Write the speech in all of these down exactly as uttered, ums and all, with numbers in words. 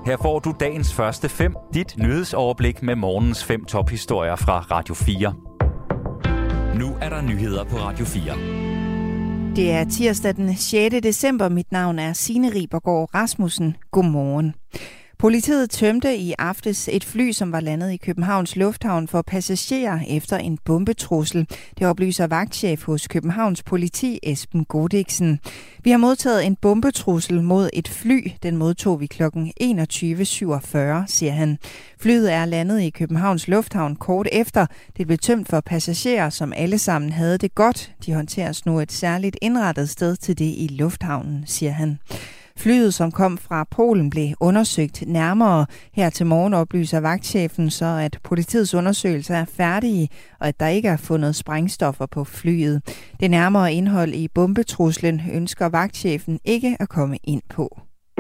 Her får du dagens første fem, dit nyhedsoverblik med morgens fem tophistorier fra Radio fire. Nu er der nyheder på Radio fire. Det er tirsdag den sjette december. Mit navn er Signe Ribergaard Rasmussen. Godmorgen. Politiet tømte i aftes et fly, som var landet i Københavns Lufthavn for passagerer efter en bombetrussel. Det oplyser vagtchef hos Københavns Politi, Esben Godiksen. Vi har modtaget en bombetrussel mod et fly. Den modtog vi klokken enogtyve syvogfyrre, siger han. Flyet er landet i Københavns Lufthavn kort efter. Det blev tømt for passagerer, som alle sammen havde det godt. De håndteres nu et særligt indrettet sted til det i lufthavnen, siger han. Flyet, som kom fra Polen, blev undersøgt nærmere. Her til morgen oplyser vagtchefen så, at politiets undersøgelser er færdige, og at der ikke er fundet sprængstoffer på flyet. Det nærmere indhold i bombetruslen ønsker vagtchefen ikke at komme ind på.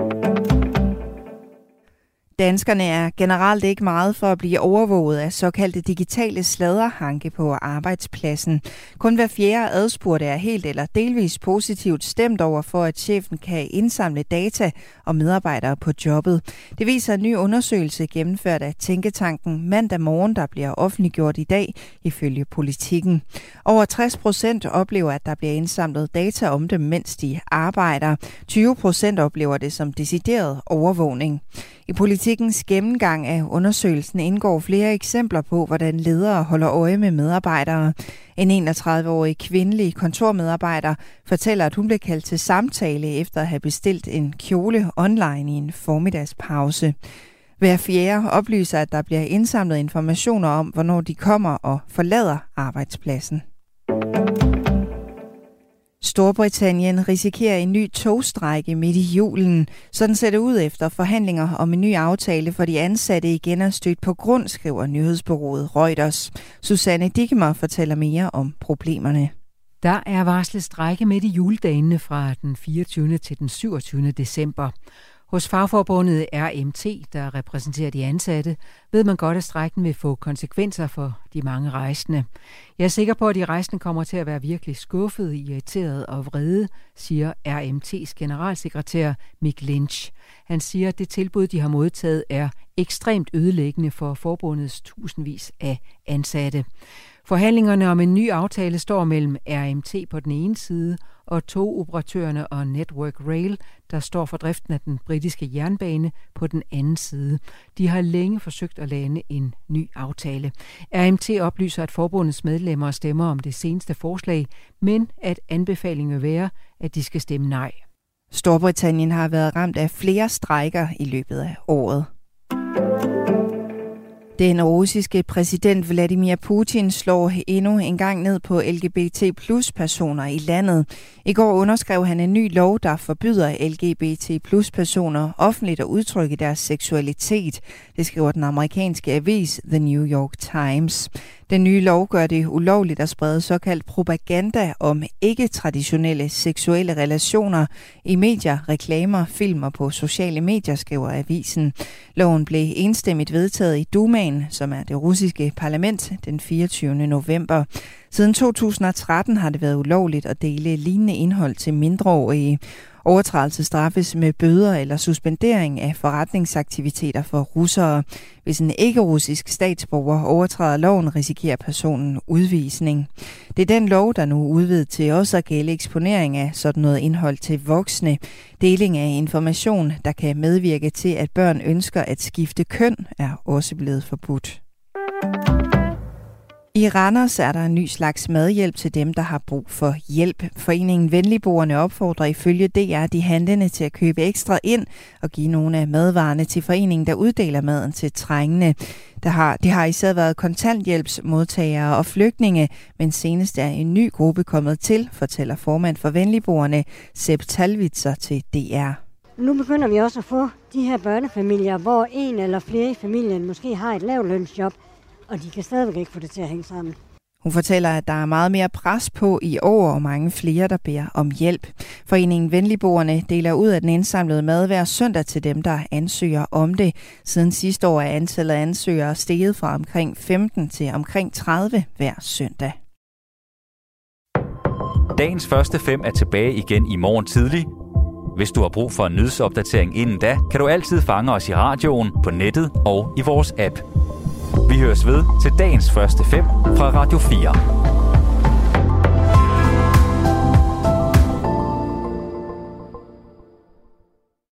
Danskerne er generelt ikke meget for at blive overvåget af såkaldte digitale sladderhanke på arbejdspladsen. Kun hver fjerde adspurgte er helt eller delvis positivt stemt over for, at chefen kan indsamle data om medarbejdere på jobbet. Det viser en ny undersøgelse gennemført af Tænketanken mandag morgen, der bliver offentliggjort i dag, ifølge Politikken. Over tres procent oplever, at der bliver indsamlet data om dem, mens de arbejder. tyve procent oplever det som decideret overvågning. I Politikens gennemgang af undersøgelsen indgår flere eksempler på, hvordan ledere holder øje med medarbejdere. En enogtredive-årig kvindelig kontormedarbejder fortæller, at hun blev kaldt til samtale efter at have bestilt en kjole online i en formiddagspause. Hver fjerde oplyser, at der bliver indsamlet informationer om, hvornår de kommer og forlader arbejdspladsen. Storbritannien risikerer en ny togstrejke midt i julen. Sådan ser det ud efter forhandlinger om en ny aftale for de ansatte igen er stødt på grund, skriver nyhedsbureauet Reuters. Susanne Dikkemer fortæller mere om problemerne. Der er varslet strejke midt i juledagene fra den fireogtyvende til den syvogtyvende december. Hos fagforbundet R M T, der repræsenterer de ansatte, ved man godt, at strejken vil få konsekvenser for de mange rejsende. Jeg er sikker på, at de rejsende kommer til at være virkelig skuffede, irriterede og vrede, siger R M T's generalsekretær Mick Lynch. Han siger, at det tilbud, de har modtaget, er ekstremt ødelæggende for forbundets tusindvis af ansatte. Forhandlingerne om en ny aftale står mellem R M T på den ene side og togoperatørerne og Network Rail, der står for driften af den britiske jernbane, på den anden side. De har længe forsøgt at lande en ny aftale. R M T oplyser, at forbundets medlemmer stemmer om det seneste forslag, men at anbefalingen vil være, at de skal stemme nej. Storbritannien har været ramt af flere strejker i løbet af året. Den russiske præsident Vladimir Putin slår endnu en gang ned på L G B T plus personer i landet. I går underskrev han en ny lov, der forbyder L G B T plus personer offentligt at udtrykke deres seksualitet. Det skriver den amerikanske avis The New York Times. Den nye lov gør det ulovligt at sprede såkaldt propaganda om ikke-traditionelle seksuelle relationer i medier, reklamer, film og på sociale medier, skriver avisen. Loven blev enstemmigt vedtaget i Dumaen, som er det russiske parlament, den fireogtyvende november. Siden to tusind og tretten har det været ulovligt at dele lignende indhold til mindreårige. Overtrædelse straffes med bøder eller suspendering af forretningsaktiviteter for russere. Hvis en ikke-russisk statsborger overtræder loven, risikerer personen udvisning. Det er den lov, der nu er udvidet til også at gælde eksponering af sådan noget indhold til voksne. Deling af information, der kan medvirke til, at børn ønsker at skifte køn, er også blevet forbudt. I Randers er der en ny slags madhjælp til dem, der har brug for hjælp. Foreningen Venligboerne opfordrer ifølge D R de handlende til at købe ekstra ind og give nogle af madvarerne til foreningen, der uddeler maden til trængende. Der har, det har især været kontanthjælpsmodtagere og flygtninge, men senest er en ny gruppe kommet til, fortæller formand for Venligboerne, Sepp Talwitzer til D R. Nu begynder vi også at få de her børnefamilier, hvor en eller flere i familien måske har et lavtlønsjob, og de kan stadigvæk ikke få det til at hænge sammen. Hun fortæller, at der er meget mere pres på i år, og mange flere, der beder om hjælp. Foreningen Venligboerne deler ud af den indsamlede mad hver søndag til dem, der ansøger om det. Siden sidste år er antallet af ansøgere steget fra omkring femten til omkring tredive hver søndag. Dagens første fem er tilbage igen i morgen tidlig. Hvis du har brug for en nyhedsopdatering inden da, kan du altid fange os i radioen, på nettet og i vores app. Vi høres ved til dagens første fem fra Radio fire.